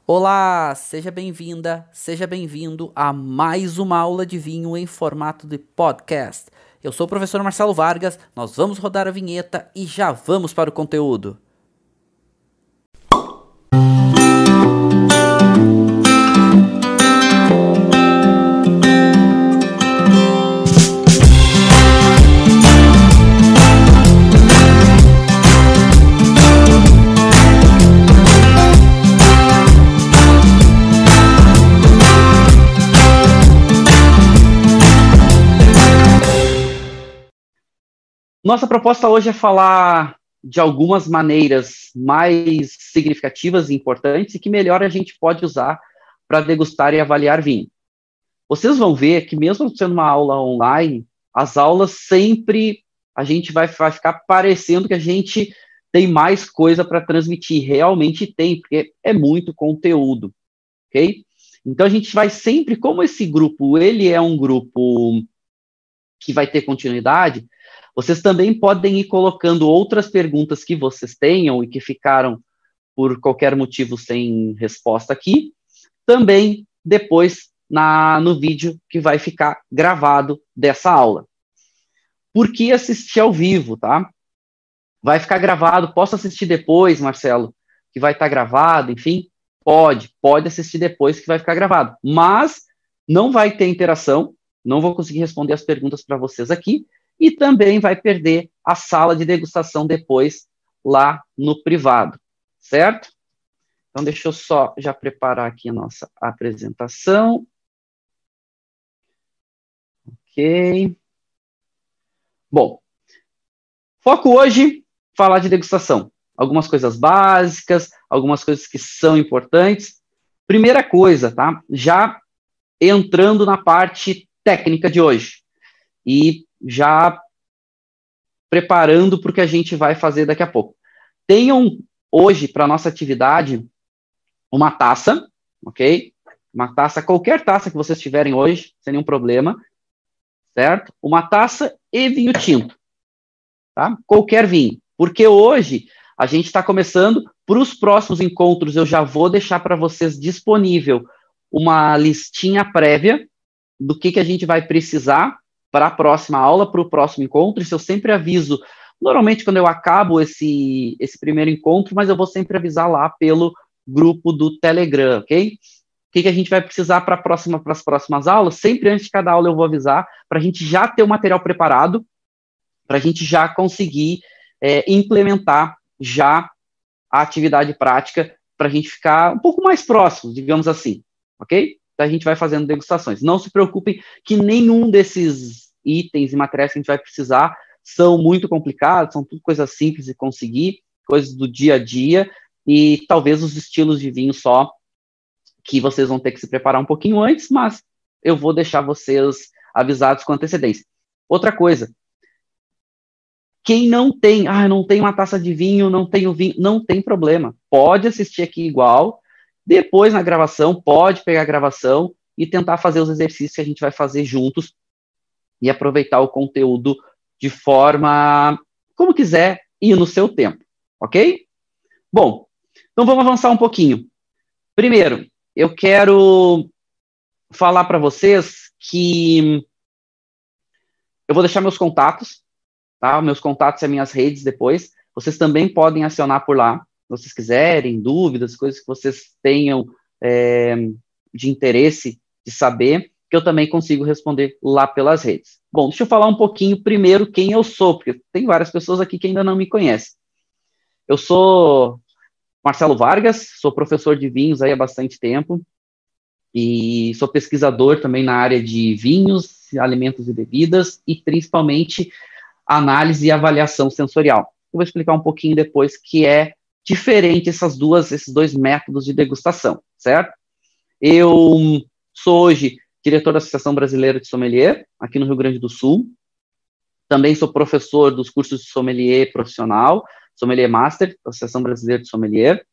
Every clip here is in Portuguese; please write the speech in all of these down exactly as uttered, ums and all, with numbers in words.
Olá, seja bem-vinda, seja bem-vindo a mais uma aula de vinho em formato de podcast. Eu sou o professor Marcelo Vargas, nós vamos rodar a vinheta e já vamos para o conteúdo. Nossa proposta hoje é falar de algumas maneiras mais significativas e importantes e que melhor a gente pode usar para degustar e avaliar vinho. Vocês vão ver que mesmo sendo uma aula online, as aulas sempre a gente vai, vai ficar parecendo que a gente tem mais coisa para transmitir. Realmente tem, porque é muito conteúdo, ok? Então a gente vai sempre, como esse grupo, ele é um grupo que vai ter continuidade, vocês também podem ir colocando outras perguntas que vocês tenham e que ficaram por qualquer motivo sem resposta aqui, também depois na, no vídeo que vai ficar gravado dessa aula. Por que assistir ao vivo, tá? Vai ficar gravado, posso assistir depois, Marcelo, que vai estar gravado, enfim, pode, pode assistir depois que vai ficar gravado, mas não vai ter interação, não vou conseguir responder as perguntas para vocês aqui, e também vai perder a sala de degustação depois lá no privado, certo? Então, deixa eu só já preparar aqui a nossa apresentação. Ok. Bom, foco hoje, falar de degustação. Algumas coisas básicas, algumas coisas que são importantes. Primeira coisa, tá? Já entrando na parte técnica de hoje. E já preparando para o que a gente vai fazer daqui a pouco. Tenham hoje, para a nossa atividade, uma taça, ok? Uma taça, qualquer taça que vocês tiverem hoje, sem nenhum problema, certo? Uma taça e vinho tinto, tá? Qualquer vinho. Porque hoje a gente está começando, para os próximos encontros eu já vou deixar para vocês disponível uma listinha prévia do que, que a gente vai precisar para a próxima aula, para o próximo encontro. Isso eu sempre aviso, normalmente quando eu acabo esse, esse primeiro encontro, mas eu vou sempre avisar lá pelo grupo do Telegram, ok? O que, que a gente vai precisar para próxima, as próximas aulas? Sempre antes de cada aula eu vou avisar, para a gente já ter o material preparado, para a gente já conseguir é, implementar já a atividade prática, para a gente ficar um pouco mais próximo, digamos assim, ok? A gente vai fazendo degustações. Não se preocupem que nenhum desses itens e materiais que a gente vai precisar são muito complicados, são tudo coisas simples de conseguir, coisas do dia a dia, e talvez os estilos de vinho só que vocês vão ter que se preparar um pouquinho antes, mas eu vou deixar vocês avisados com antecedência. Outra coisa, quem não tem, ah, não tem uma taça de vinho, não tenho vinho, não tem problema, pode assistir aqui igual. Depois, na gravação, pode pegar a gravação e tentar fazer os exercícios que a gente vai fazer juntos e aproveitar o conteúdo de forma como quiser e no seu tempo, ok? Bom, então vamos avançar um pouquinho. Primeiro, eu quero falar para vocês que eu vou deixar meus contatos, tá? Meus contatos e minhas redes depois. Vocês também podem acionar por lá, se vocês quiserem, dúvidas, coisas que vocês tenham é, de interesse de saber, que eu também consigo responder lá pelas redes. Bom, deixa eu falar um pouquinho primeiro quem eu sou, porque tem várias pessoas aqui que ainda não me conhecem. Eu sou Marcelo Vargas, sou professor de vinhos aí há bastante tempo, e sou pesquisador também na área de vinhos, alimentos e bebidas, e principalmente análise e avaliação sensorial. Eu vou explicar um pouquinho depois que é diferente essas duas, esses dois métodos de degustação, certo? Eu sou hoje diretor da Associação Brasileira de Sommelier, aqui no Rio Grande do Sul. Também sou professor dos cursos de sommelier profissional, sommelier master, da Associação Brasileira de Sommelier.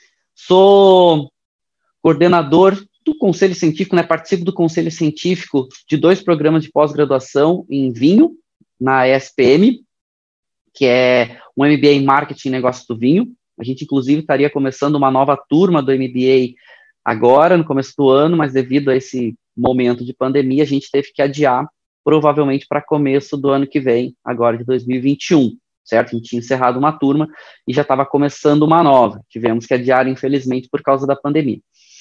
Sou coordenador do Conselho Científico, né, participo do Conselho Científico de dois programas de pós-graduação em vinho, na E S P M, que é um M B A em Marketing e Negócios do Vinho. A gente, inclusive, estaria começando uma nova turma do M B A agora, no começo do ano, mas devido a esse momento de pandemia, a gente teve que adiar, provavelmente para começo do ano que vem, agora de dois mil e vinte e um, certo? A gente tinha encerrado uma turma e já estava começando uma nova. Tivemos que adiar, infelizmente, por causa da pandemia.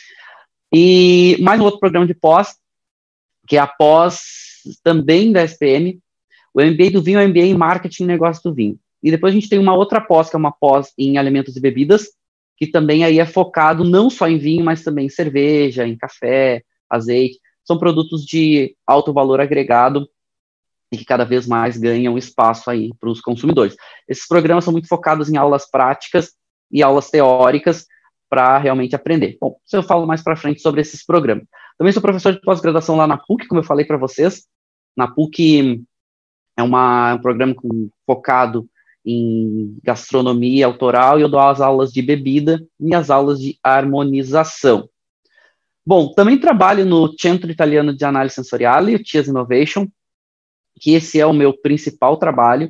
E mais um outro programa de pós, que é a pós também da S P M, o M B A do vinho é o M B A em Marketing e Negócio do Vinho. E depois a gente tem uma outra pós, que é uma pós em Alimentos e Bebidas, que também aí é focado não só em vinho, mas também em cerveja, em café, azeite. São produtos de alto valor agregado e que cada vez mais ganham espaço aí para os consumidores. Esses programas são muito focados em aulas práticas e aulas teóricas para realmente aprender. Bom, isso eu falo mais para frente sobre esses programas. Também sou professor de pós-graduação lá na P U C, como eu falei para vocês. Na P U C é uma, um programa com, focado em gastronomia autoral, e eu dou as aulas de bebida e as aulas de harmonização. Bom, também trabalho no Centro Italiano de Análise Sensoriale, o TIAS Innovation, que esse é o meu principal trabalho,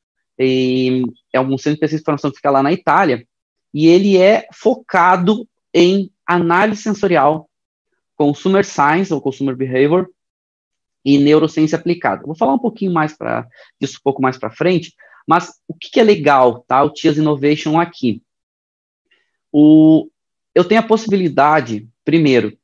e é um centro de pesquisa e formação que fica lá na Itália, e ele é focado em análise sensorial, consumer science, ou consumer behavior, e neurociência aplicada. Vou falar um pouquinho mais para isso um pouco mais para frente, mas o que, que é legal, tá? O TIAS Innovation aqui. O, eu tenho a possibilidade, primeiro,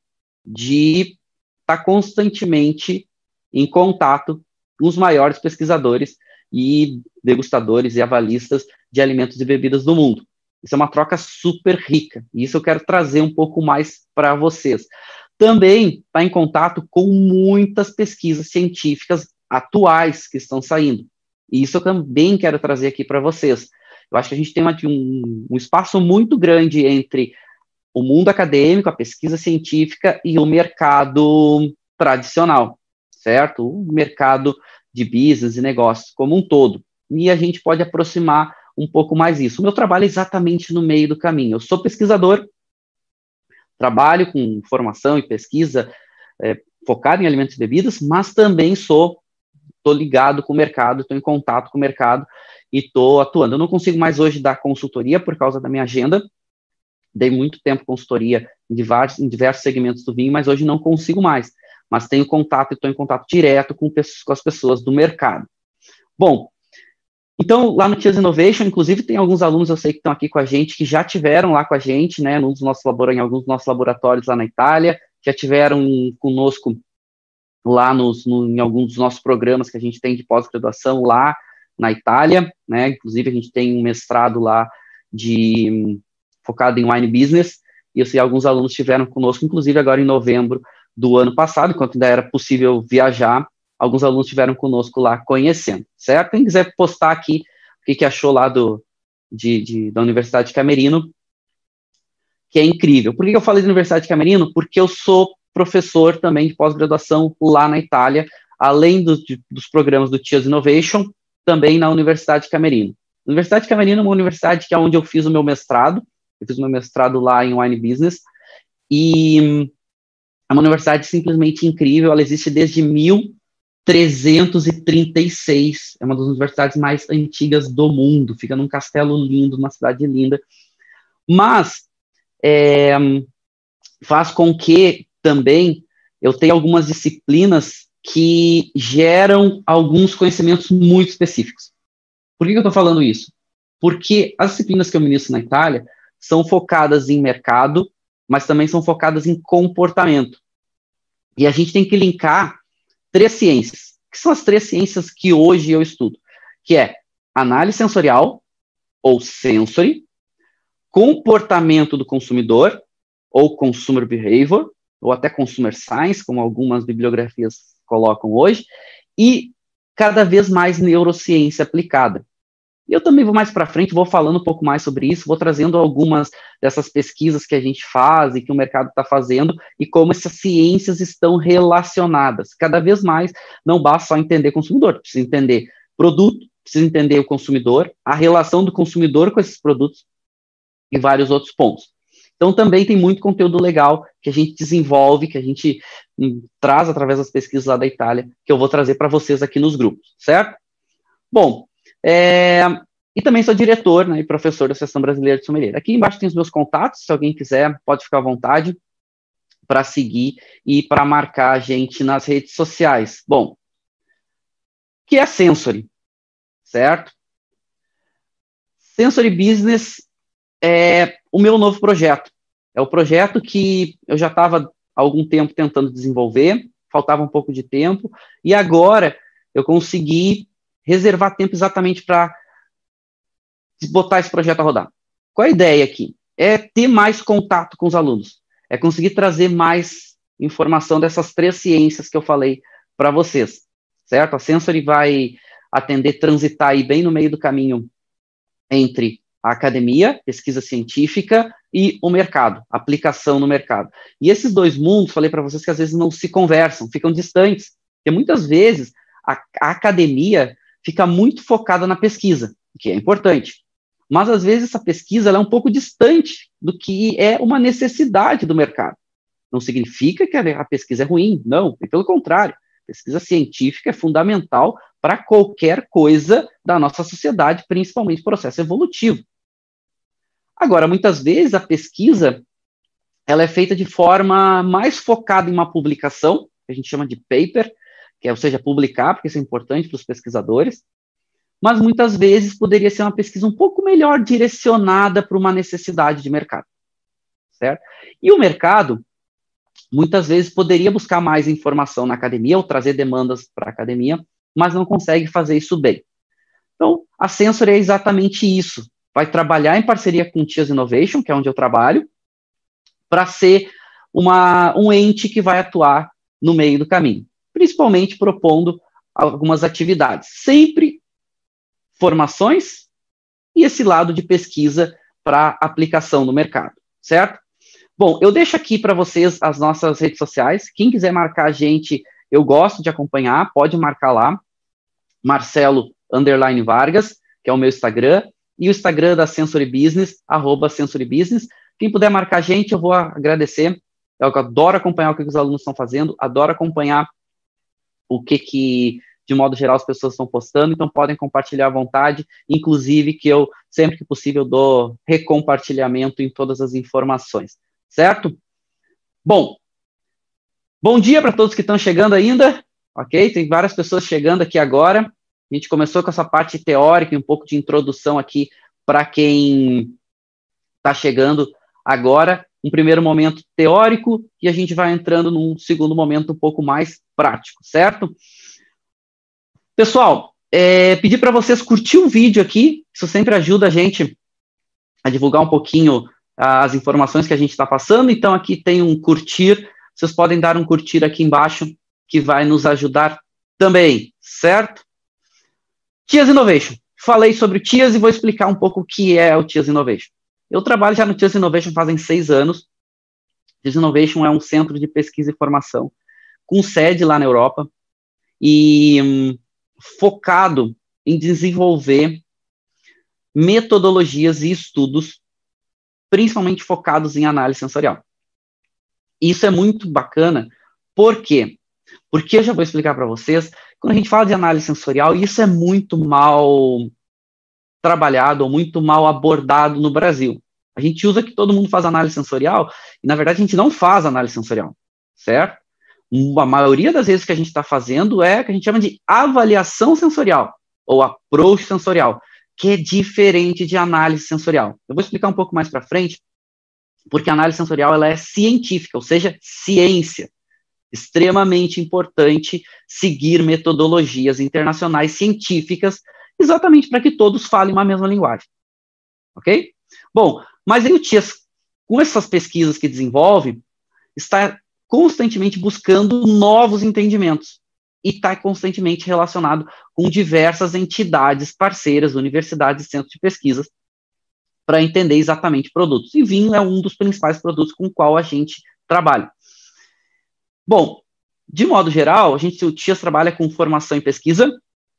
de estar tá constantemente em contato com os maiores pesquisadores e degustadores e avalistas de alimentos e bebidas do mundo. Isso é uma troca super rica, e isso eu quero trazer um pouco mais para vocês. Também está em contato com muitas pesquisas científicas atuais que estão saindo. E isso eu também quero trazer aqui para vocês. Eu acho que a gente tem uma, um, um espaço muito grande entre o mundo acadêmico, a pesquisa científica e o mercado tradicional, certo? O mercado de business e negócios como um todo. E a gente pode aproximar um pouco mais isso. O meu trabalho é exatamente no meio do caminho. Eu sou pesquisador, trabalho com formação e pesquisa é, focado em alimentos e bebidas, mas também sou, estou ligado com o mercado, estou em contato com o mercado e estou atuando. Eu não consigo mais hoje dar consultoria por causa da minha agenda, dei muito tempo consultoria em diversos, em diversos segmentos do vinho, mas hoje não consigo mais, mas tenho contato e estou em contato direto com, com as pessoas do mercado. Bom, então, lá no TIAS Innovation, inclusive, tem alguns alunos, eu sei que estão aqui com a gente, que já tiveram lá com a gente, né, num dos nossos labora- em alguns dos nossos laboratórios lá na Itália, já tiveram conosco lá nos, no, em alguns dos nossos programas que a gente tem de pós-graduação lá na Itália, né, inclusive a gente tem um mestrado lá de, focado em wine business, e eu sei alguns alunos tiveram conosco, inclusive agora em novembro do ano passado, enquanto ainda era possível viajar, alguns alunos estiveram conosco lá conhecendo, certo? Quem quiser postar aqui o que, que achou lá do, de, de, da Universidade de Camerino, que é incrível. Por que eu falei da Universidade de Camerino? Porque eu sou professor também de pós-graduação lá na Itália, além do, de, dos programas do TIAS Innovation, também na Universidade de Camerino. A Universidade de Camerino é uma universidade que é onde eu fiz o meu mestrado, eu fiz o meu mestrado lá em Wine Business, e é uma universidade simplesmente incrível, ela existe desde mil trezentos e trinta e seis, é uma das universidades mais antigas do mundo, fica num castelo lindo, numa cidade linda, mas é, faz com que também eu tenha algumas disciplinas que geram alguns conhecimentos muito específicos. Por que eu estou falando isso? Porque as disciplinas que eu ministro na Itália são focadas em mercado, mas também são focadas em comportamento. E a gente tem que linkar três ciências, que são as três ciências que hoje eu estudo, que é análise sensorial, ou sensory, comportamento do consumidor, ou consumer behavior, ou até consumer science, como algumas bibliografias colocam hoje, e cada vez mais neurociência aplicada. E eu também vou mais para frente, vou falando um pouco mais sobre isso, vou trazendo algumas dessas pesquisas que a gente faz e que o mercado está fazendo e como essas ciências estão relacionadas. Cada vez mais não basta só entender consumidor, precisa entender produto, precisa entender o consumidor, a relação do consumidor com esses produtos e vários outros pontos. Então também tem muito conteúdo legal que a gente desenvolve, que a gente hum, traz através das pesquisas lá da Itália, que eu vou trazer para vocês aqui nos grupos, certo? Bom, É, e também sou diretor, né, e professor da Associação Brasileira de Sommelier. Aqui embaixo tem os meus contatos, se alguém quiser, pode ficar à vontade. para seguir e para marcar a gente nas redes sociais. Bom, que é a Sensory, certo? Sensory Business é o meu novo projeto. É o projeto que eu já estava há algum tempo tentando desenvolver, faltava um pouco de tempo, e agora eu consegui reservar tempo exatamente para botar esse projeto a rodar. Qual a ideia aqui? É ter mais contato com os alunos, é conseguir trazer mais informação dessas três ciências que eu falei para vocês, certo? A Sensory vai atender, transitar aí bem no meio do caminho entre a academia, pesquisa científica, e o mercado, aplicação no mercado. E esses dois mundos, falei para vocês que às vezes não se conversam, ficam distantes, porque muitas vezes a, a academia fica muito focada na pesquisa, que é importante, mas às vezes essa pesquisa ela é um pouco distante do que é uma necessidade do mercado. Não significa que a, a pesquisa é ruim, não, pelo contrário, pesquisa científica é fundamental para qualquer coisa da nossa sociedade, principalmente processo evolutivo. Agora, muitas vezes a pesquisa ela é feita de forma mais focada em uma publicação, que a gente chama de paper, que é, ou seja, publicar, porque isso é importante para os pesquisadores, mas muitas vezes poderia ser uma pesquisa um pouco melhor direcionada para uma necessidade de mercado, certo? E o mercado, muitas vezes, poderia buscar mais informação na academia ou trazer demandas para a academia, mas não consegue fazer isso bem. Então, a Sensory é exatamente isso. Vai trabalhar em parceria com o Tias Innovation, que é onde eu trabalho, para ser uma, um ente que vai atuar no meio do caminho, principalmente propondo algumas atividades, sempre formações e esse lado de pesquisa para aplicação no mercado, certo? Bom, eu deixo aqui para vocês as nossas redes sociais, quem quiser marcar a gente, eu gosto de acompanhar, pode marcar lá, Marcelo underline Vargas, que é o meu Instagram, e o Instagram da Sensory Business, arroba Sensory Business. Quem puder marcar a gente, eu vou agradecer. Eu adoro acompanhar o que os alunos estão fazendo, adoro acompanhar o que, que de modo geral, as pessoas estão postando, então podem compartilhar à vontade, inclusive que eu, sempre que possível, dou recompartilhamento em todas as informações, certo? Bom, bom dia para todos que estão chegando ainda, ok? Tem várias pessoas chegando aqui agora. A gente começou com essa parte teórica, um pouco de introdução aqui para quem está chegando agora. Um primeiro momento teórico e a gente vai entrando num segundo momento um pouco mais prático, certo? Pessoal, é, pedir para vocês curtir o vídeo aqui, isso sempre ajuda a gente a divulgar um pouquinho as informações que a gente está passando. Então, aqui tem um curtir, vocês podem dar um curtir aqui embaixo, que vai nos ajudar também, certo? Tias Innovation. Falei sobre o Tias e vou explicar um pouco o que é o Tias Innovation. Eu trabalho já no Tias Innovation fazem seis anos. Tias Innovation é um centro de pesquisa e formação com sede lá na Europa e hum, focado em desenvolver metodologias e estudos, principalmente focados em análise sensorial. Isso é muito bacana, por quê? Porque eu já vou explicar para vocês, quando a gente fala de análise sensorial, isso é muito mal trabalhado ou muito mal abordado no Brasil. A gente usa que todo mundo faz análise sensorial, e na verdade a gente não faz análise sensorial, certo? A maioria das vezes que a gente está fazendo é o que a gente chama de avaliação sensorial, ou approach sensorial, que é diferente de análise sensorial. Eu vou explicar um pouco mais para frente, porque a análise sensorial ela é científica, ou seja, ciência. Extremamente importante seguir metodologias internacionais científicas, exatamente para que todos falem uma mesma linguagem. Ok? Bom, mas aí o Tias, com essas pesquisas que desenvolve, está constantemente buscando novos entendimentos e está constantemente relacionado com diversas entidades parceiras, universidades e centros de pesquisas, para entender exatamente produtos. E vinho é um dos principais produtos com o qual a gente trabalha. Bom, de modo geral, a gente, o Tias trabalha com formação e pesquisa.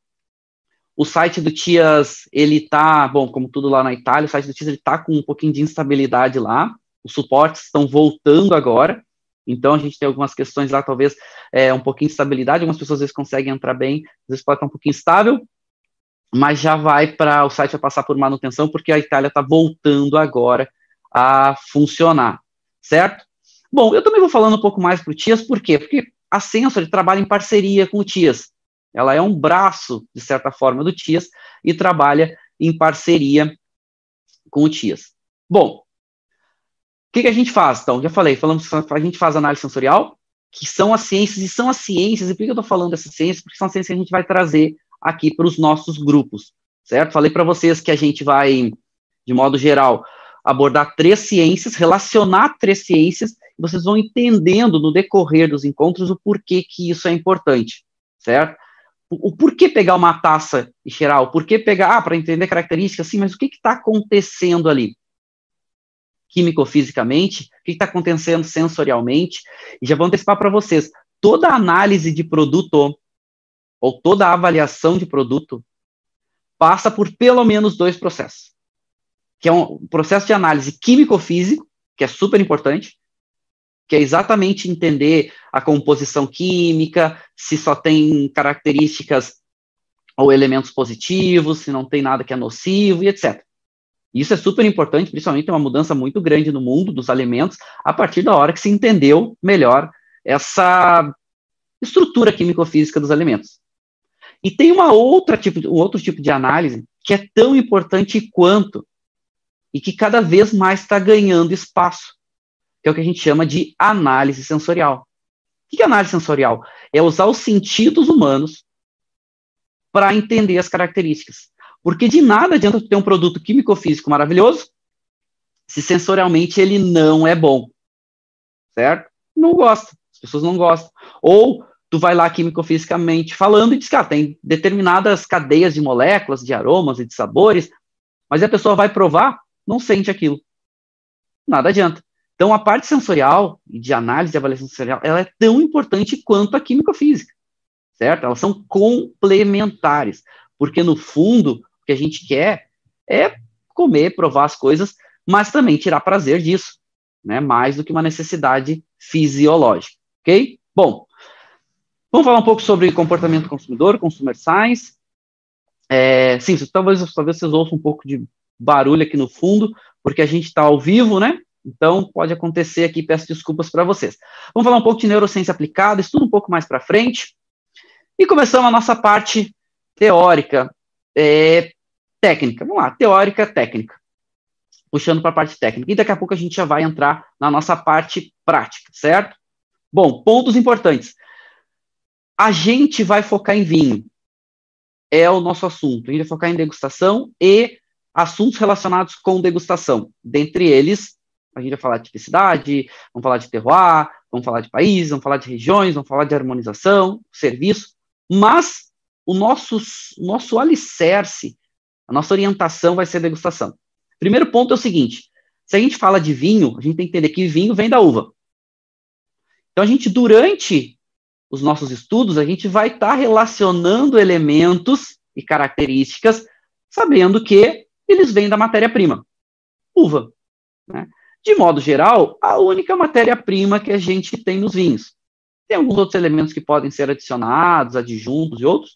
O site do Tias, ele está, bom, como tudo lá na Itália, o site do Tias está com um pouquinho de instabilidade lá. Os suportes estão voltando agora. Então, a gente tem algumas questões lá, talvez, é, um pouquinho de estabilidade. Algumas pessoas, às vezes, conseguem entrar bem, às vezes pode estar um pouquinho estável. Mas já vai para, o site vai passar por manutenção, porque a Itália está voltando agora a funcionar, certo? Bom, eu também vou falando um pouco mais para o Tias, por quê? Porque a Sensory trabalha em parceria com o Tias. Ela é um braço, de certa forma, do Tias e trabalha em parceria com o Tias. Bom, o que, que a gente faz? Então, já falei, falamos, a gente faz análise sensorial, que são as ciências, e são as ciências, e por que eu estou falando dessas ciências? Porque são as ciências que a gente vai trazer aqui para os nossos grupos, certo? Falei para vocês que a gente vai, de modo geral, abordar três ciências, relacionar três ciências, e vocês vão entendendo no decorrer dos encontros o porquê que isso é importante, certo? O, o porquê pegar uma taça e cheirar, o porquê pegar, ah, para entender características, sim, mas o que está acontecendo ali? Químico-fisicamente, o que está acontecendo sensorialmente, e já vou antecipar para vocês, toda análise de produto, ou toda avaliação de produto, passa por pelo menos dois processos, que é um processo de análise químico-físico, que é super importante, que é exatamente entender a composição química, se só tem características ou elementos positivos, se não tem nada que é nocivo, e etcétera. Isso é super importante, principalmente tem uma mudança muito grande no mundo dos alimentos, a partir da hora que se entendeu melhor essa estrutura químico-física dos alimentos. E tem uma outra tipo, um outro tipo de análise que é tão importante quanto, e que cada vez mais está ganhando espaço, que é o que a gente chama de análise sensorial. O que é análise sensorial? É usar os sentidos humanos para entender as características. Porque de nada adianta tu ter um produto químico-físico maravilhoso se sensorialmente ele não é bom, certo? Não gosta, as pessoas não gostam. Ou tu vai lá químico-fisicamente falando e diz que ah, tem determinadas cadeias de moléculas, de aromas e de sabores, mas a pessoa vai provar, não sente aquilo. Nada adianta. Então, a parte sensorial e de análise de avaliação sensorial, ela é tão importante quanto a químico-física, certo? Elas são complementares, porque, no fundo, o que a gente quer é comer, provar as coisas, mas também tirar prazer disso, né? Mais do que uma necessidade fisiológica, ok? Bom, vamos falar um pouco sobre comportamento do consumidor, consumer science. É, sim, talvez, talvez vocês ouçam um pouco de barulho aqui no fundo, porque a gente está ao vivo, né? Então, pode acontecer aqui, peço desculpas para vocês. Vamos falar um pouco de neurociência aplicada, estudo um pouco mais para frente. E começamos a nossa parte teórica, é, técnica. Vamos lá, teórica, técnica. Puxando para a parte técnica. E daqui a pouco a gente já vai entrar na nossa parte prática, certo? Bom, pontos importantes. A gente vai focar em vinho. É o nosso assunto. A gente vai focar em degustação e assuntos relacionados com degustação. Dentre eles, a gente vai falar de tipicidade, vamos falar de terroir, vamos falar de países, vamos falar de regiões, vamos falar de harmonização, serviço, mas o nosso, nosso alicerce, a nossa orientação vai ser a degustação. Primeiro ponto é o seguinte, se a gente fala de vinho, a gente tem que entender que vinho vem da uva. Então, a gente, durante os nossos estudos, a gente vai estar tá relacionando elementos e características, sabendo que eles vêm da matéria-prima, uva, né? De modo geral, a única matéria-prima que a gente tem nos vinhos. Tem alguns outros elementos que podem ser adicionados, adjuntos e outros,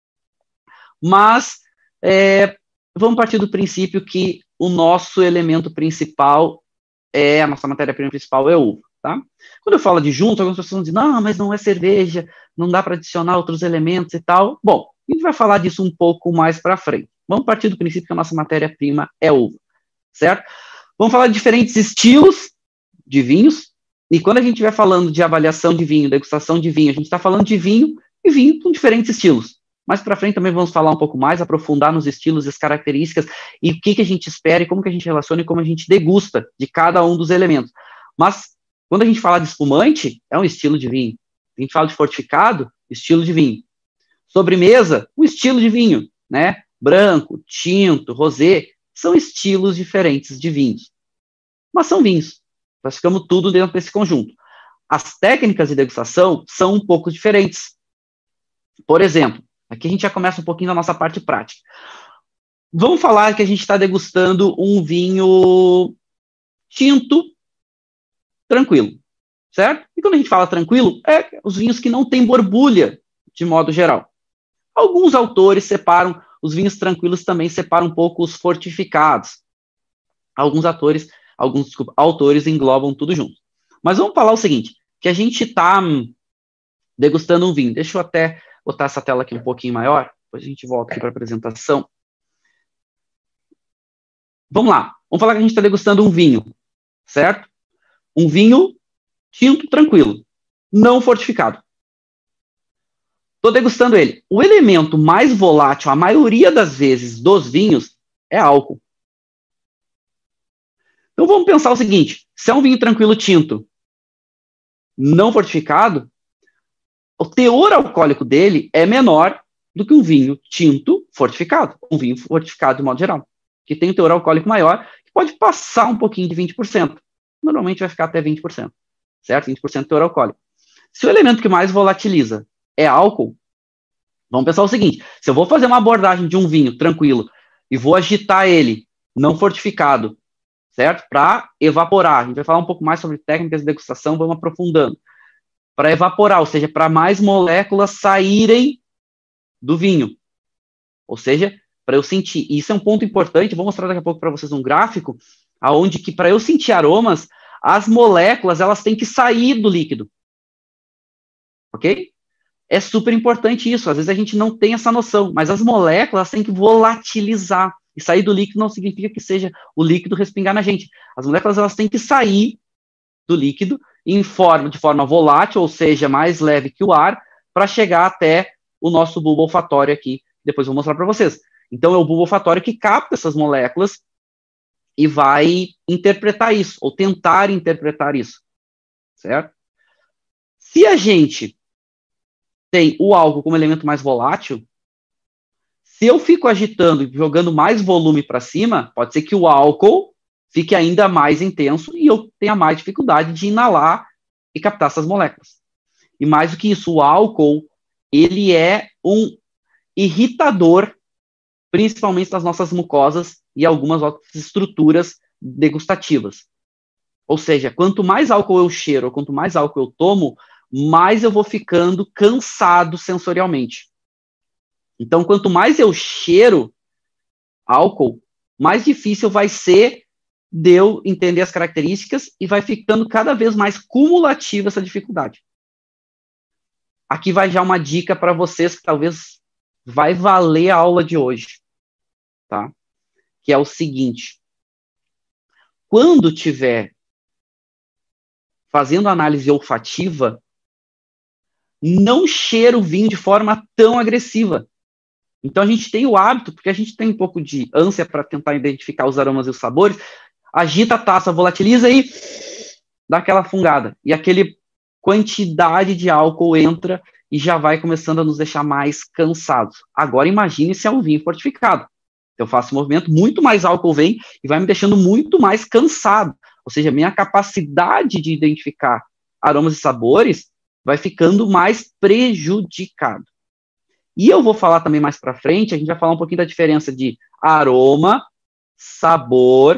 mas é, vamos partir do princípio que o nosso elemento principal, é a nossa matéria-prima principal é uva, tá? Quando eu falo de junto, algumas pessoas dizem, não, mas não é cerveja, não dá para adicionar outros elementos e tal. Bom, a gente vai falar disso um pouco mais para frente. Vamos partir do princípio que a nossa matéria-prima é uva, certo? Vamos falar de diferentes estilos de vinhos, e quando a gente estiver falando de avaliação de vinho, degustação de vinho, a gente está falando de vinho e vinho com diferentes estilos. Mais para frente também vamos falar um pouco mais, aprofundar nos estilos e as características, e o que, que a gente espera, e como que a gente relaciona, e como a gente degusta de cada um dos elementos. Mas, quando a gente fala de espumante, é um estilo de vinho. A gente fala de fortificado, estilo de vinho. Sobremesa, um estilo de vinho, né? Branco, tinto, rosé, são estilos diferentes de vinhos. Mas são vinhos. Nós ficamos tudo dentro desse conjunto. As técnicas de degustação são um pouco diferentes. Por exemplo, aqui a gente já começa um pouquinho da nossa parte prática. Vamos falar que a gente está degustando um vinho tinto tranquilo, certo? E quando a gente fala tranquilo, é os vinhos que não têm borbulha, de modo geral. Alguns autores separam os vinhos tranquilos, também separam um pouco os fortificados. Alguns autores, alguns desculpa, autores englobam tudo junto. Mas vamos falar o seguinte, que a gente está degustando um vinho. Deixa eu até botar essa tela aqui um pouquinho maior, depois a gente volta aqui para a apresentação. Vamos lá, vamos falar que a gente está degustando um vinho, certo? Um vinho tinto, tranquilo, não fortificado. Estou degustando ele. O elemento mais volátil, a maioria das vezes, dos vinhos, é álcool. Então vamos pensar o seguinte, se é um vinho tranquilo tinto, não fortificado, o teor alcoólico dele é menor do que um vinho tinto fortificado, um vinho fortificado de modo geral, que tem um teor alcoólico maior, que pode passar um pouquinho de vinte por cento. Normalmente vai ficar até vinte por cento, certo? vinte por cento de teor alcoólico. Se o elemento que mais volatiliza é álcool, vamos pensar o seguinte, se eu vou fazer uma abordagem de um vinho tranquilo e vou agitar ele, não fortificado, certo? Para evaporar. A gente vai falar um pouco mais sobre técnicas de degustação, vamos aprofundando. Para evaporar, ou seja, para mais moléculas saírem do vinho. Ou seja, para eu sentir. E isso é um ponto importante, vou mostrar daqui a pouco para vocês um gráfico, aonde que para eu sentir aromas, as moléculas, elas têm que sair do líquido. Ok? É super importante isso, às vezes a gente não tem essa noção, mas as moléculas têm que volatilizar. E sair do líquido não significa que seja o líquido respingar na gente. As moléculas, elas têm que sair do líquido em forma, de forma volátil, ou seja, mais leve que o ar, para chegar até o nosso bulbo olfatório aqui. Depois eu vou mostrar para vocês. Então, é o bulbo olfatório que capta essas moléculas e vai interpretar isso, ou tentar interpretar isso, certo? Se a gente tem o álcool como elemento mais volátil, se eu fico agitando e jogando mais volume para cima, pode ser que o álcool fique ainda mais intenso e eu tenha mais dificuldade de inalar e captar essas moléculas. E mais do que isso, o álcool, ele é um irritador, principalmente das nossas mucosas e algumas outras estruturas degustativas. Ou seja, quanto mais álcool eu cheiro, ou quanto mais álcool eu tomo, mais eu vou ficando cansado sensorialmente. Então, quanto mais eu cheiro álcool, mais difícil vai ser de eu entender as características e vai ficando cada vez mais cumulativa essa dificuldade. Aqui vai já uma dica para vocês que talvez vai valer a aula de hoje, tá? Que é o seguinte, quando tiver fazendo análise olfativa, não cheira o vinho de forma tão agressiva. Então a gente tem o hábito, porque a gente tem um pouco de ânsia para tentar identificar os aromas e os sabores, agita a taça, volatiliza e dá aquela fungada. E aquele quantidade de álcool entra e já vai começando a nos deixar mais cansados. Agora imagine se é um vinho fortificado. Eu faço um movimento, muito mais álcool vem e vai me deixando muito mais cansado. Ou seja, minha capacidade de identificar aromas e sabores vai ficando mais prejudicado. E eu vou falar também mais para frente, a gente vai falar um pouquinho da diferença de aroma, sabor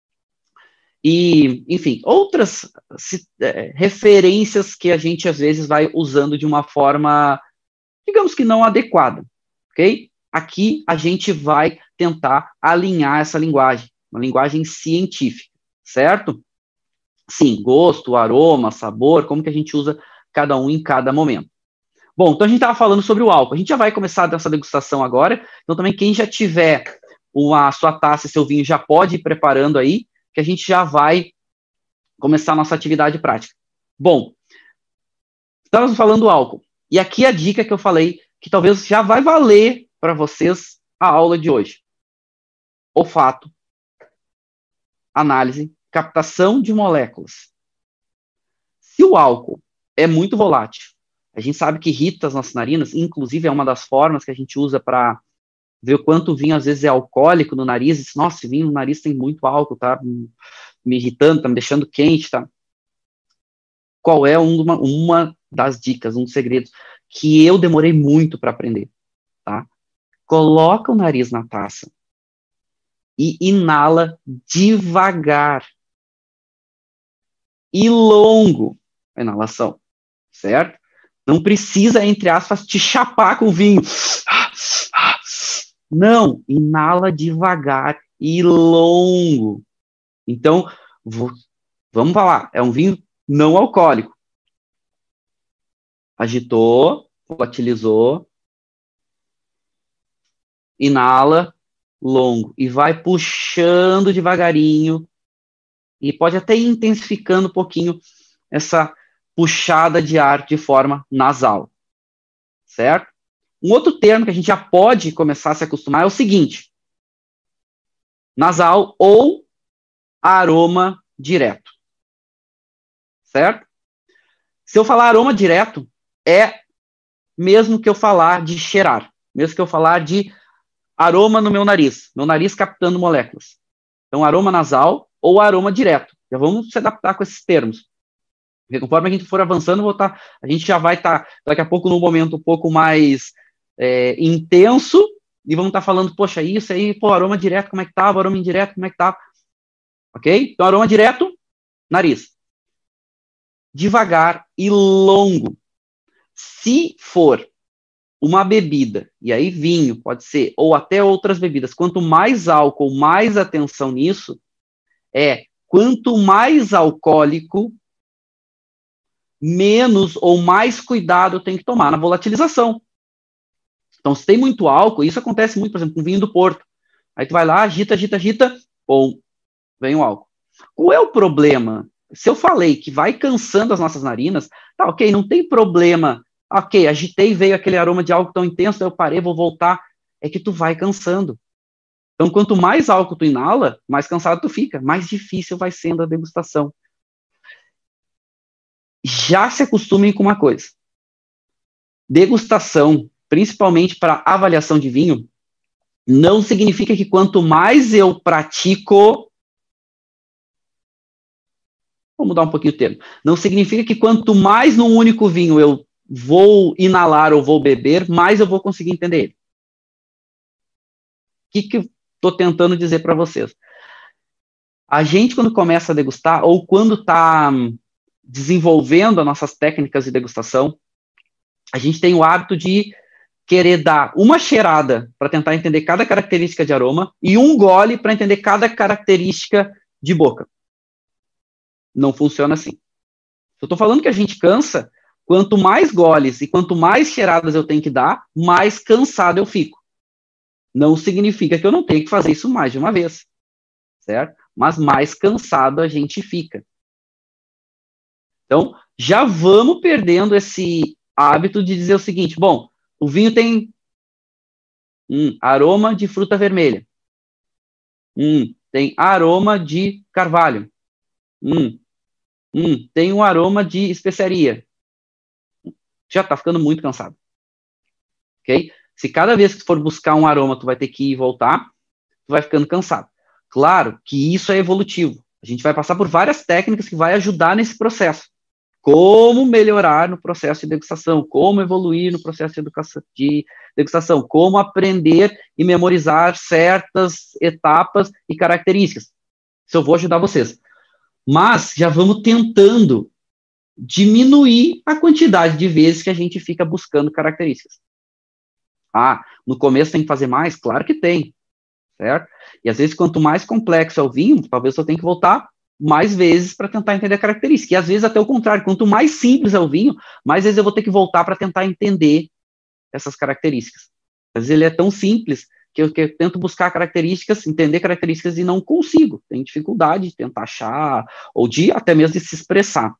e, enfim, outras se, é, referências que a gente às vezes vai usando de uma forma, digamos que não adequada, ok? Aqui a gente vai tentar alinhar essa linguagem, uma linguagem científica, certo? Sim, gosto, aroma, sabor, como que a gente usa cada um em cada momento. Bom, então a gente estava falando sobre o álcool. A gente já vai começar essa degustação agora. Então também quem já tiver uma, a sua taça e seu vinho já pode ir preparando aí, que a gente já vai começar a nossa atividade prática. Bom, estamos falando do álcool. E aqui a dica que eu falei, que talvez já vai valer para vocês a aula de hoje. Olfato, análise, captação de moléculas. Se o álcool é muito volátil, a gente sabe que irrita as nossas narinas, inclusive é uma das formas que a gente usa para ver o quanto o vinho às vezes é alcoólico no nariz, e diz, nossa, esse vinho no nariz tem muito álcool, tá me irritando, tá me deixando quente, tá? Qual é uma, uma das dicas, um dos segredos que eu demorei muito para aprender, tá? Coloca o nariz na taça e inala devagar e longo a inalação, certo? Não precisa, entre aspas, te chapar com o vinho. Não, inala devagar e longo. Então, vou, vamos falar, é um vinho não alcoólico. Agitou, volatilizou, inala, longo, e vai puxando devagarinho, e pode até ir intensificando um pouquinho essa puxada de ar de forma nasal, certo? Um outro termo que a gente já pode começar a se acostumar é o seguinte: nasal ou aroma direto, certo? Se eu falar aroma direto, é mesmo que eu falar de cheirar, mesmo que eu falar de aroma no meu nariz, meu nariz captando moléculas. Então, aroma nasal ou aroma direto. Já vamos se adaptar com esses termos. Porque conforme a gente for avançando, vou tá, a gente já vai estar, tá, daqui a pouco, num momento um pouco mais é, intenso, e vamos estar tá falando, poxa, isso aí, pô, aroma direto, como é que tava? Aroma indireto, como é que tava? Ok? Então, aroma direto, nariz. Devagar e longo. Se for uma bebida, e aí vinho, pode ser, ou até outras bebidas, quanto mais álcool, mais atenção nisso, é quanto mais alcoólico, menos ou mais cuidado tem que tomar na volatilização. Então, se tem muito álcool, isso acontece muito, por exemplo, com vinho do Porto. Aí tu vai lá, agita, agita, agita, ou vem o álcool. Qual é o problema? Se eu falei que vai cansando as nossas narinas, tá, ok, não tem problema. Ok, agitei, veio aquele aroma de álcool tão intenso, eu parei, vou voltar. É que tu vai cansando. Então, quanto mais álcool tu inala, mais cansado tu fica, mais difícil vai sendo a degustação. Já se acostumem com uma coisa. Degustação, principalmente para avaliação de vinho, não significa que quanto mais eu pratico... Vou mudar um pouquinho o termo. Não significa que quanto mais num único vinho eu vou inalar ou vou beber, mais eu vou conseguir entender ele. O que, que eu estou tentando dizer para vocês? A gente, quando começa a degustar, ou quando está desenvolvendo as nossas técnicas de degustação, a gente tem o hábito de querer dar uma cheirada para tentar entender cada característica de aroma e um gole para entender cada característica de boca. Não funciona assim. Eu estou falando que a gente cansa, quanto mais goles e quanto mais cheiradas eu tenho que dar, mais cansado eu fico. Não significa que eu não tenho que fazer isso mais de uma vez, certo? Mas mais cansado a gente fica. Então, já vamos perdendo esse hábito de dizer o seguinte: bom, o vinho tem um aroma de fruta vermelha. Um, tem aroma de carvalho. Um, um, tem um aroma de especiaria. Já está ficando muito cansado. Ok? Se cada vez que tu for buscar um aroma, tu vai ter que ir e voltar, tu vai ficando cansado. Claro que isso é evolutivo. A gente vai passar por várias técnicas que vai ajudar nesse processo. Como melhorar no processo de degustação, como evoluir no processo de, educação, de degustação, como aprender e memorizar certas etapas e características. Isso eu vou ajudar vocês. Mas já vamos tentando diminuir a quantidade de vezes que a gente fica buscando características. Ah, no começo tem que fazer mais? Claro que tem, certo? E às vezes, quanto mais complexo é o vinho, talvez eu tenha que voltar mais vezes para tentar entender a característica. E às vezes até o contrário, quanto mais simples é o vinho, mais vezes eu vou ter que voltar para tentar entender essas características. Às vezes ele é tão simples que eu, que eu tento buscar características, entender características e não consigo. Tenho dificuldade de tentar achar, ou de até mesmo de se expressar.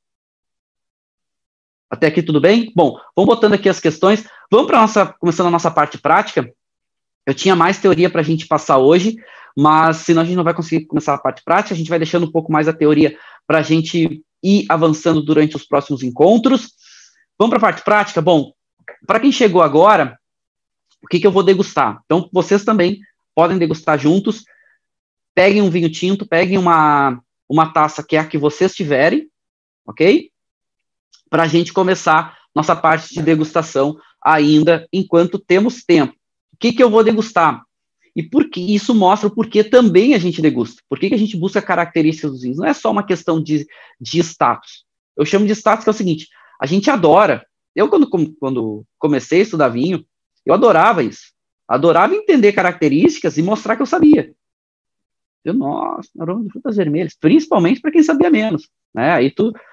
Até aqui tudo bem? Bom, vamos botando aqui as questões. Vamos para a nossa, começando a nossa parte prática. Eu tinha mais teoria para a gente passar hoje, mas senão a gente não vai conseguir começar a parte prática, a gente vai deixando um pouco mais a teoria para a gente ir avançando durante os próximos encontros. Vamos para a parte prática? Bom, para quem chegou agora, o que, que eu vou degustar? Então, vocês também podem degustar juntos. Peguem um vinho tinto, peguem uma, uma taça que é a que vocês tiverem, ok? Para a gente começar nossa parte de degustação ainda enquanto temos tempo. O que, que eu vou degustar? E por que isso mostra o porquê também a gente degusta. Por que, que a gente busca características dos vinhos? Não é só uma questão de, de status. Eu chamo de status que é o seguinte: a gente adora. Eu, quando, quando comecei a estudar vinho, eu adorava isso. Adorava entender características e mostrar que eu sabia. Eu, nossa, aroma de frutas vermelhas. Principalmente para quem sabia menos. Né? Aí tu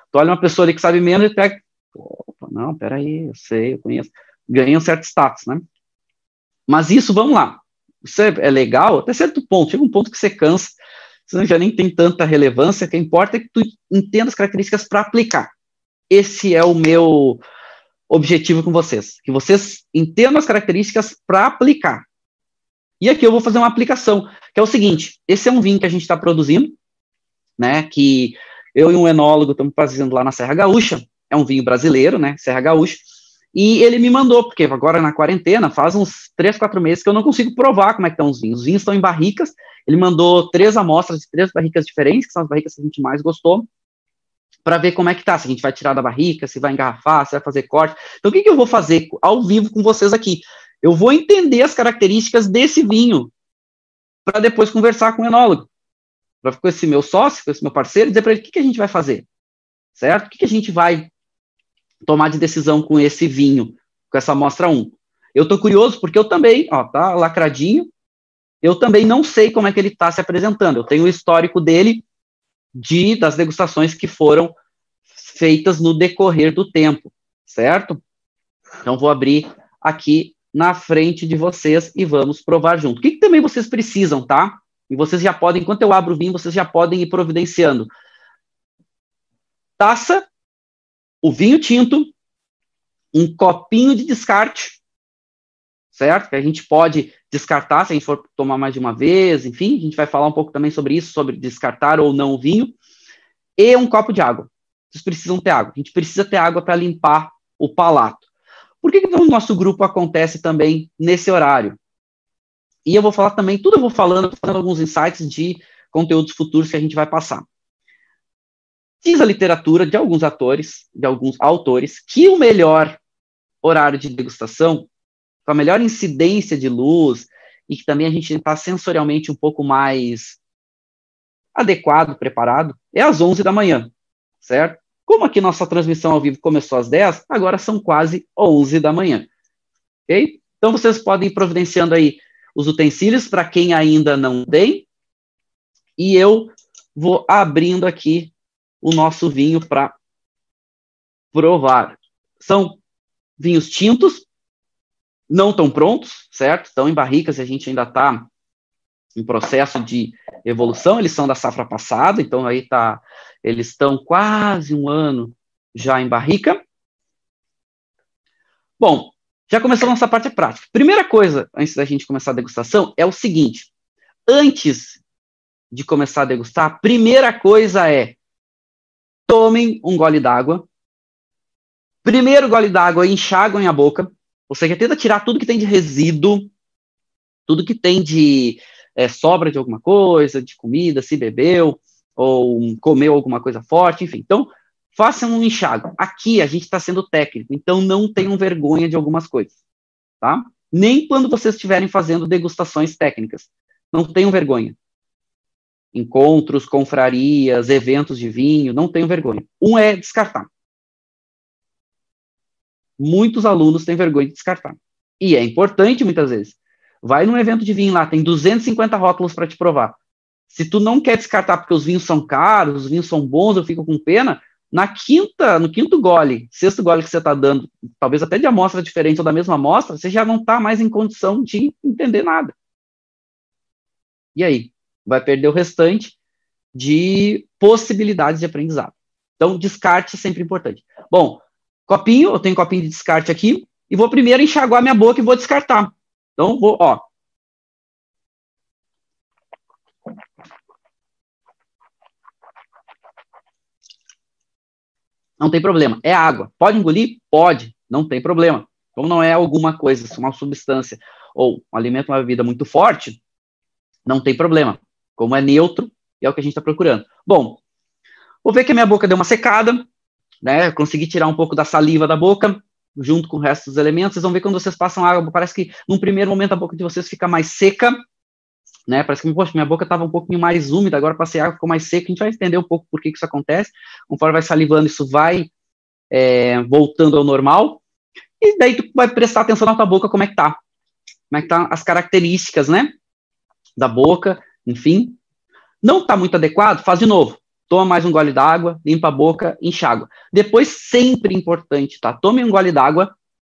Tu olha uma pessoa ali que sabe menos e pega, opa, não, peraí, eu sei, eu conheço, ganha um certo status, né? Mas isso, vamos lá, isso é, é legal até certo ponto, chega um ponto que você cansa, você já nem tem tanta relevância, o que importa é que tu entenda as características para aplicar. Esse é o meu objetivo com vocês, que vocês entendam as características para aplicar. E aqui eu vou fazer uma aplicação, que é o seguinte, esse é um vinho que a gente está produzindo, né, que eu e um enólogo estamos fazendo lá na Serra Gaúcha, é um vinho brasileiro, né, Serra Gaúcha, e ele me mandou, porque agora na quarentena, faz uns três, quatro meses que eu não consigo provar como é que estão os vinhos. Os vinhos estão em barricas, ele mandou três amostras de três barricas diferentes, que são as barricas que a gente mais gostou, para ver como é que tá, se a gente vai tirar da barrica, se vai engarrafar, se vai fazer corte. Então, o que, que eu vou fazer ao vivo com vocês aqui? Eu vou entender as características desse vinho, para depois conversar com o enólogo, para com esse meu sócio, com esse meu parceiro, dizer para ele o que, que a gente vai fazer, certo? O que, que a gente vai tomar de decisão com esse vinho, com essa amostra um. Eu tô curioso porque eu também, ó, tá lacradinho, eu também não sei como é que ele tá se apresentando. Eu tenho o histórico dele de das degustações que foram feitas no decorrer do tempo, certo? Então vou abrir aqui na frente de vocês e vamos provar junto. O que, que também vocês precisam, tá? E vocês já podem, enquanto eu abro o vinho, vocês já podem ir providenciando. Taça, o vinho tinto, um copinho de descarte, certo? Que a gente pode descartar se a gente for tomar mais de uma vez, enfim, a gente vai falar um pouco também sobre isso, sobre descartar ou não o vinho, e um copo de água. Vocês precisam ter água. A gente precisa ter água para limpar o palato. Por que que o nosso grupo acontece também nesse horário? E eu vou falar também, tudo eu vou falando, falando alguns insights de conteúdos futuros que a gente vai passar. Diz a literatura de alguns atores, de alguns autores, que o melhor horário de degustação, com a melhor incidência de luz, e que também a gente está sensorialmente um pouco mais adequado, preparado, é às onze da manhã, certo? Como aqui nossa transmissão ao vivo começou às dez, agora são quase onze da manhã, ok? Então vocês podem ir providenciando aí os utensílios para quem ainda não tem, e eu vou abrindo aqui o nosso vinho para provar. São vinhos tintos, não estão prontos, certo? Estão em barricas e a gente ainda está em processo de evolução, eles são da safra passada, então aí tá, eles estão quase um ano já em barrica. Bom, já começou a nossa parte prática. Primeira coisa, antes da gente começar a degustação, é o seguinte, antes de começar a degustar, a primeira coisa é tomem um gole d'água. Primeiro gole d'água, enxaguem a boca. Ou seja, tenta tirar tudo que tem de resíduo, tudo que tem de é, sobra de alguma coisa, de comida, se bebeu, ou comeu alguma coisa forte, enfim. Então, façam um enxágue. Aqui a gente está sendo técnico, então não tenham vergonha de algumas coisas, tá? Nem quando vocês estiverem fazendo degustações técnicas. Não tenham vergonha. Encontros, confrarias, eventos de vinho, não tenham vergonha. Um é descartar. Muitos alunos têm vergonha de descartar. E é importante muitas vezes. Vai num evento de vinho lá, tem duzentos e cinquenta rótulos para te provar. Se tu não quer descartar porque os vinhos são caros, os vinhos são bons, eu fico com pena, na quinta, no quinto gole, sexto gole que você está dando, talvez até de amostra diferente ou da mesma amostra, você já não está mais em condição de entender nada. E aí? Vai perder o restante de possibilidades de aprendizado. Então, descarte é sempre importante. Bom, copinho, eu tenho um copinho de descarte aqui, e vou primeiro enxaguar minha boca e vou descartar. Então, vou, ó. Não tem problema, é água. Pode engolir? Pode, não tem problema. Então, não é alguma coisa, uma substância, ou um alimento, uma bebida muito forte, não tem problema. Como é neutro, é o que a gente está procurando. Bom, vou ver que a minha boca deu uma secada, né? Consegui tirar um pouco da saliva da boca, junto com o resto dos elementos. Vocês vão ver quando vocês passam água, parece que num primeiro momento a boca de vocês fica mais seca, né? Parece que, poxa, minha boca estava um pouquinho mais úmida, agora passei água, ficou mais seca. A gente vai entender um pouco por que, que isso acontece. Conforme vai salivando, isso vai é, voltando ao normal. E daí tu vai prestar atenção na tua boca, como é que tá. Como é que tá as características, né? Da boca, enfim. Não tá muito adequado? Faz de novo. toma mais um gole d'água, limpa a boca, enxágua. Depois, sempre importante, tá? Tome um gole d'água.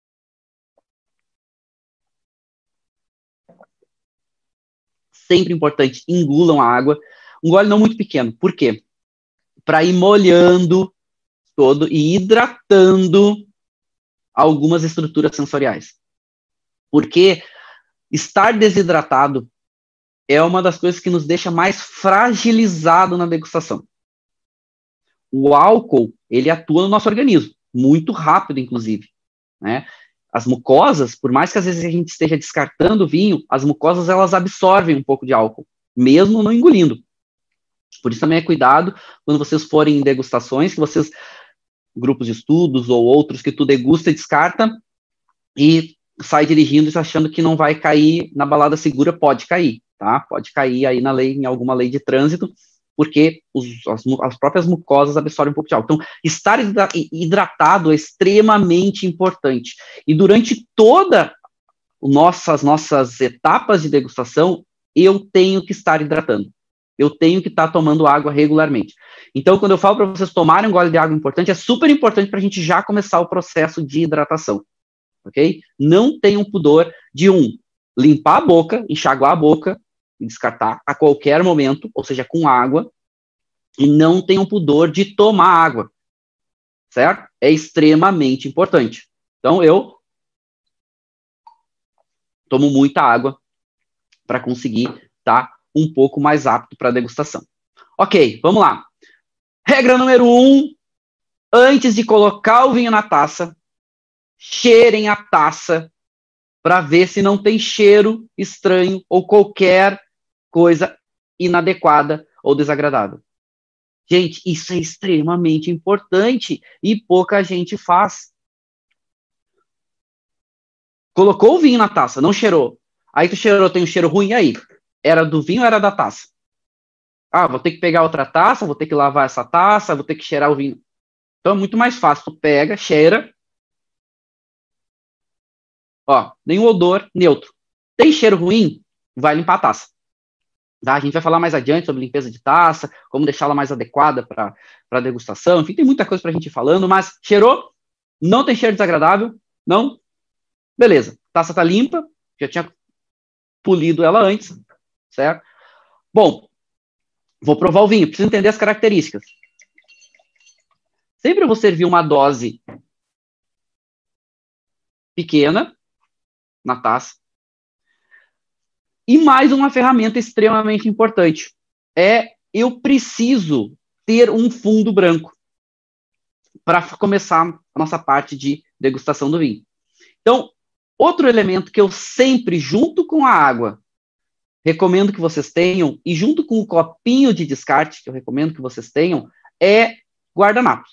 Sempre importante, engulam a água. Um gole não muito pequeno. Por quê? Para ir molhando todo e hidratando algumas estruturas sensoriais. Porque estar desidratado é uma das coisas que nos deixa mais fragilizado na degustação. O álcool, ele atua no nosso organismo, muito rápido, inclusive, né? As mucosas, por mais que às vezes a gente esteja descartando o vinho, as mucosas, elas absorvem um pouco de álcool, mesmo não engolindo. Por isso também é cuidado quando vocês forem em degustações, que vocês, grupos de estudos ou outros, que tu degusta e descarta, e sai dirigindo achando que não vai cair na balada segura, pode cair, tá? Pode cair aí na lei, em alguma lei de trânsito, porque os, as, as próprias mucosas absorvem um pouco de álcool. Então, estar hidratado é extremamente importante. E durante todas nossas, nossas etapas de degustação, eu tenho que estar hidratando. Eu tenho que estar tomando água regularmente. Então, quando eu falo para vocês tomarem um gole de água importante, é super importante para a gente já começar o processo de hidratação. Ok? Não tenham pudor de, um, limpar a boca, enxaguar a boca, e descartar a qualquer momento, ou seja, com água, e não tenham pudor de tomar água, certo? É extremamente importante. Então, eu tomo muita água para conseguir estar um pouco mais apto para a degustação. Ok, vamos lá. Regra número um, antes de colocar o vinho na taça, cheirem a taça para ver se não tem cheiro estranho ou qualquer coisa inadequada ou desagradável. Gente, isso é extremamente importante e pouca gente faz. Colocou o vinho na taça, não cheirou. Aí tu cheirou, tem um cheiro ruim, e aí? Era do vinho ou era da taça? Ah, vou ter que pegar outra taça, vou ter que lavar essa taça, vou ter que cheirar o vinho. Então é muito mais fácil. Tu pega, cheira. Ó, nenhum odor, neutro. Tem cheiro ruim? Vai limpar a taça. Tá? A gente vai falar mais adiante sobre limpeza de taça, como deixá-la mais adequada para a degustação. Enfim, tem muita coisa para a gente ir falando, mas cheirou? Não tem cheiro desagradável? Não? Beleza. Taça tá limpa, já tinha polido ela antes, certo? Bom, vou provar o vinho, preciso entender as características. Sempre eu vou servir uma dose pequena na taça. E mais uma ferramenta extremamente importante. É, eu preciso ter um fundo branco para começar a nossa parte de degustação do vinho. Então, outro elemento que eu sempre, junto com a água, recomendo que vocês tenham, e junto com o copinho de descarte, que eu recomendo que vocês tenham, é guardanapo.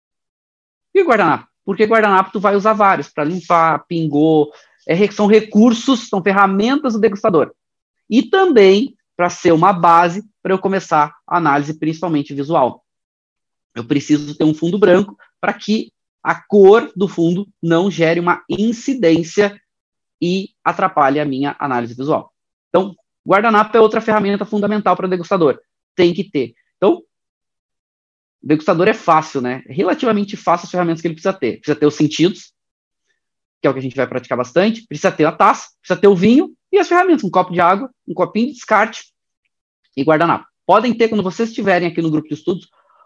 E guardanapo? Porque guardanapo tu vai usar vários, para limpar, pingou, é, são recursos, são ferramentas do degustador. E também para ser uma base para eu começar a análise, principalmente visual. Eu preciso ter um fundo branco para que a cor do fundo não gere uma incidência e atrapalhe a minha análise visual. Então, guardanapo é outra ferramenta fundamental para o degustador. Tem que ter. Então, o degustador é fácil, né? É relativamente fácil as ferramentas que ele precisa ter. Precisa ter os sentidos, que é o que a gente vai praticar bastante. Precisa ter a taça, precisa ter o vinho e as ferramentas, um copo de água, um copinho de descarte e guardanapo. Podem ter, quando vocês estiverem aqui no grupo de estudos,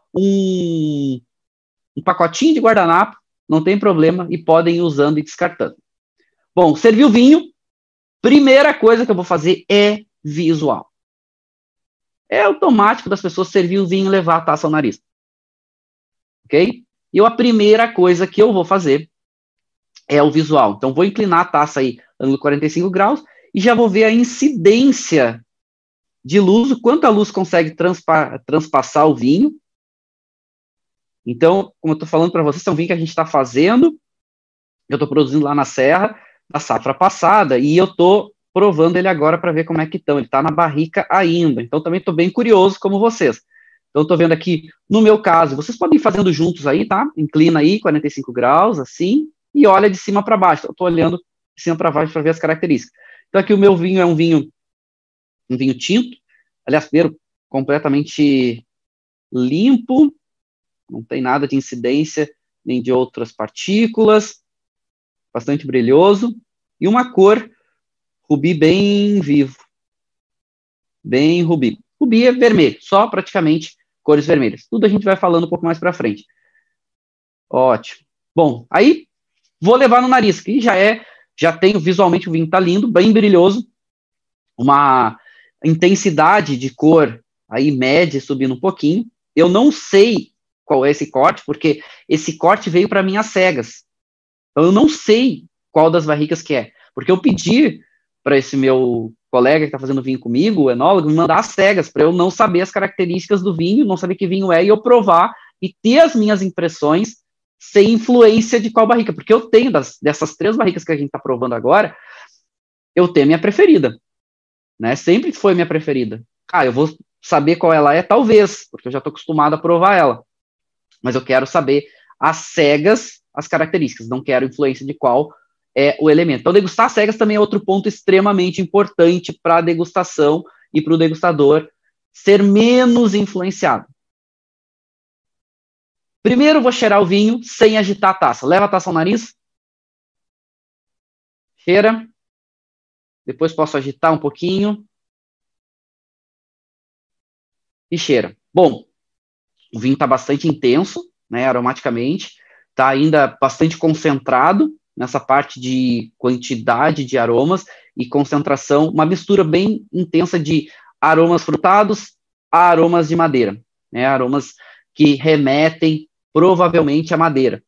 um, um pacotinho de guardanapo, não tem problema, e podem ir usando e descartando. Bom, serviu o vinho, primeira coisa que eu vou fazer é visual. É automático das pessoas servir o vinho e levar a taça ao nariz. Ok? E a primeira coisa que eu vou fazer é o visual. Então, vou inclinar a taça aí, ângulo quarenta e cinco graus, e já vou ver a incidência de luz, o quanto a luz consegue transpa transpassar o vinho. Então, como eu estou falando para vocês, é um vinho que a gente está fazendo, eu estou produzindo lá na serra, da safra passada, e eu estou provando ele agora para ver como é que estão. Ele está na barrica ainda, então também estou bem curioso como vocês. Então, estou vendo aqui, no meu caso, vocês podem ir fazendo juntos aí, tá? Inclina aí, quarenta e cinco graus, assim, e olha de cima para baixo. Eu estou olhando de cima para baixo para ver as características. Então, aqui o meu vinho é um vinho, um vinho tinto, aliás, primeiro, completamente limpo, não tem nada de incidência nem de outras partículas, bastante brilhoso, e uma cor rubi bem vivo, bem rubi. Rubi é vermelho, só praticamente cores vermelhas. Tudo a gente vai falando um pouco mais para frente. Ótimo. Bom, aí vou levar no nariz, que já é, já tenho visualmente o vinho tá lindo, bem brilhoso, uma intensidade de cor aí média subindo um pouquinho. Eu não sei qual é esse corte, porque esse corte veio para mim às cegas. Então eu não sei qual das barricas que é, porque eu pedi para esse meu colega que está fazendo vinho comigo, o enólogo, me mandar às cegas, para eu não saber as características do vinho, não saber que vinho é, e eu provar e ter as minhas impressões sem influência de qual barrica, porque eu tenho, das, dessas três barricas que a gente está provando agora, eu tenho a minha preferida, né? Sempre foi minha preferida. Ah, eu vou saber qual ela é, talvez, porque eu já estou acostumado a provar ela, mas eu quero saber às cegas as características, não quero influência de qual é o elemento. Então, degustar às cegas também é outro ponto extremamente importante para a degustação e para o degustador ser menos influenciado. Primeiro, vou cheirar o vinho sem agitar a taça. Leva a taça ao nariz. Cheira. Depois posso agitar um pouquinho. E cheira. Bom, o vinho está bastante intenso, né, aromaticamente. Está ainda bastante concentrado nessa parte de quantidade de aromas e concentração. Uma mistura bem intensa de aromas frutados a aromas de madeira. Né, aromas que remetem provavelmente à madeira.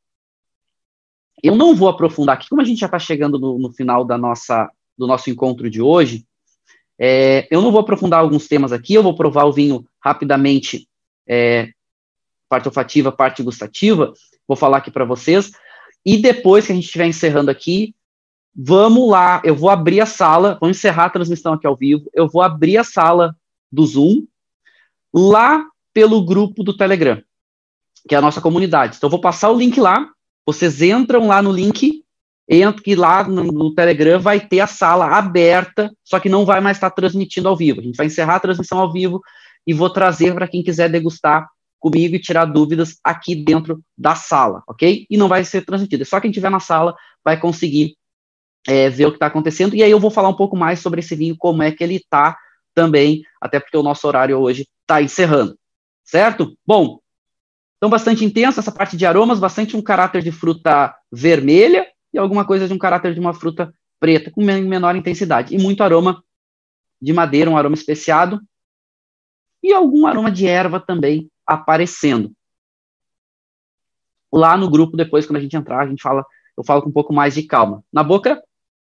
Eu não vou aprofundar aqui, como a gente já está chegando no, no final da nossa, do nosso encontro de hoje, é, eu não vou aprofundar alguns temas aqui, eu vou provar o vinho rapidamente, é, parte olfativa, parte gustativa, vou falar aqui para vocês, e depois que a gente estiver encerrando aqui, vamos lá, eu vou abrir a sala, vou encerrar a transmissão aqui ao vivo, eu vou abrir a sala do Zoom, lá pelo grupo do Telegram, que é a nossa comunidade. Então, eu vou passar o link lá, vocês entram lá no link, entram que lá no, no Telegram vai ter a sala aberta, só que não vai mais estar transmitindo ao vivo. A gente vai encerrar a transmissão ao vivo e vou trazer para quem quiser degustar comigo e tirar dúvidas aqui dentro da sala, ok? E não vai ser transmitido. Só quem estiver na sala vai conseguir é, ver o que está acontecendo. E aí eu vou falar um pouco mais sobre esse vinho, como é que ele está também, até porque o nosso horário hoje está encerrando, certo? Bom, então bastante intensa essa parte de aromas, bastante um caráter de fruta vermelha e alguma coisa de um caráter de uma fruta preta, com menor intensidade. E muito aroma de madeira, um aroma especiado, e algum aroma de erva também aparecendo. Lá no grupo, depois, quando a gente entrar, a gente fala, eu falo com um pouco mais de calma. Na boca...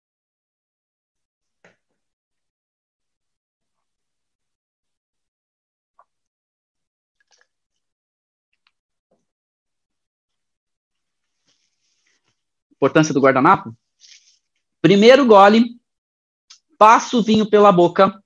Importância do guardanapo. Primeiro gole, passa o vinho pela boca,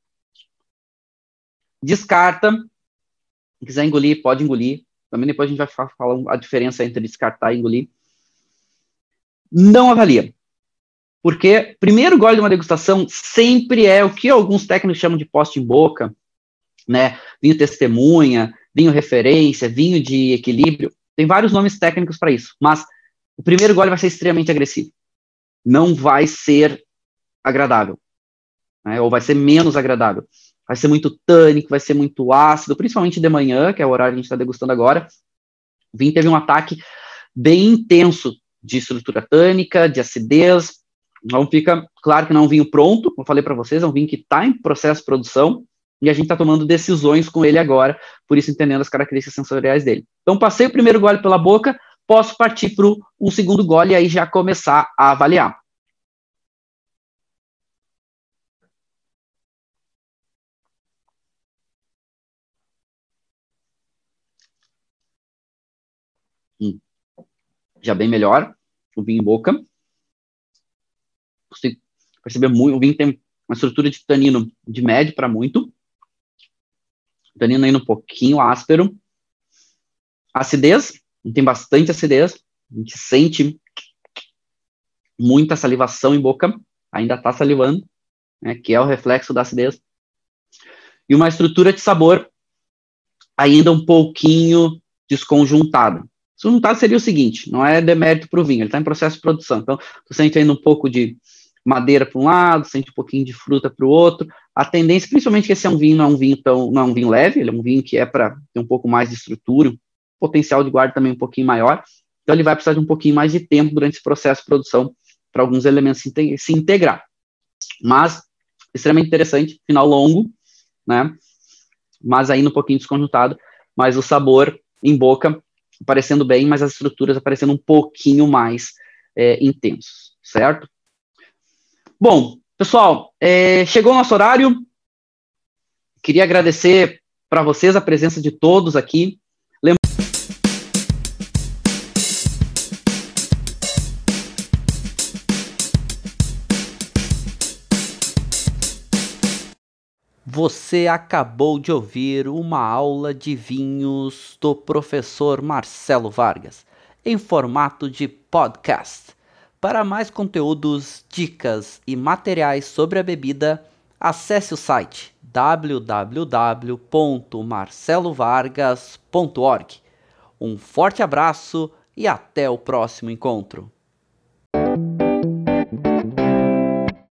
descarta, se quiser engolir, pode engolir. Também depois a gente vai falar a diferença entre descartar e engolir. Não avalia. Porque primeiro gole de uma degustação sempre é o que alguns técnicos chamam de poste em boca, né? Vinho testemunha, vinho referência, vinho de equilíbrio. Tem vários nomes técnicos para isso, mas o primeiro gole vai ser extremamente agressivo. Não vai ser agradável, né? Ou vai ser menos agradável. Vai ser muito tânico, vai ser muito ácido, principalmente de manhã, que é o horário que a gente está degustando agora. O vinho teve um ataque bem intenso de estrutura tânica, de acidez. Então fica claro que não é um vinho pronto, como eu falei para vocês, é um vinho que está em processo de produção e a gente está tomando decisões com ele agora, por isso entendendo as características sensoriais dele. Então passei o primeiro gole pela boca, posso partir para um segundo gole e aí já começar a avaliar. Hum. Já bem melhor, o vinho em boca. Você perceber muito, o vinho tem uma estrutura de tanino de médio para muito. Tanino ainda um pouquinho áspero. Acidez, tem bastante acidez. A gente sente muita salivação em boca. Ainda está salivando, né, que é o reflexo da acidez. E uma estrutura de sabor ainda um pouquinho desconjuntado. Desconjuntado seria o seguinte, não é demérito para o vinho, ele está em processo de produção, então você sente ainda um pouco de madeira para um lado, sente um pouquinho de fruta para o outro. A tendência, principalmente que esse é um vinho, não é um vinho tão, não é um vinho leve, ele é um vinho que é para ter um pouco mais de estrutura, um potencial de guarda também um pouquinho maior, então ele vai precisar de um pouquinho mais de tempo durante esse processo de produção para alguns elementos se, integ se integrar. Mas, extremamente interessante, final longo, né? Mas ainda um pouquinho desconjuntado, mas o sabor em boca aparecendo bem, mas as estruturas aparecendo um pouquinho mais é, intensos, certo? Bom, pessoal, é, chegou o nosso horário. Queria agradecer para vocês a presença de todos aqui. Lembra... Você acabou de ouvir uma aula de vinhos do professor Marcelo Vargas, em formato de podcast. Para mais conteúdos, dicas e materiais sobre a bebida, acesse o site w w w ponto marcelo vargas ponto org. Um forte abraço e até o próximo encontro.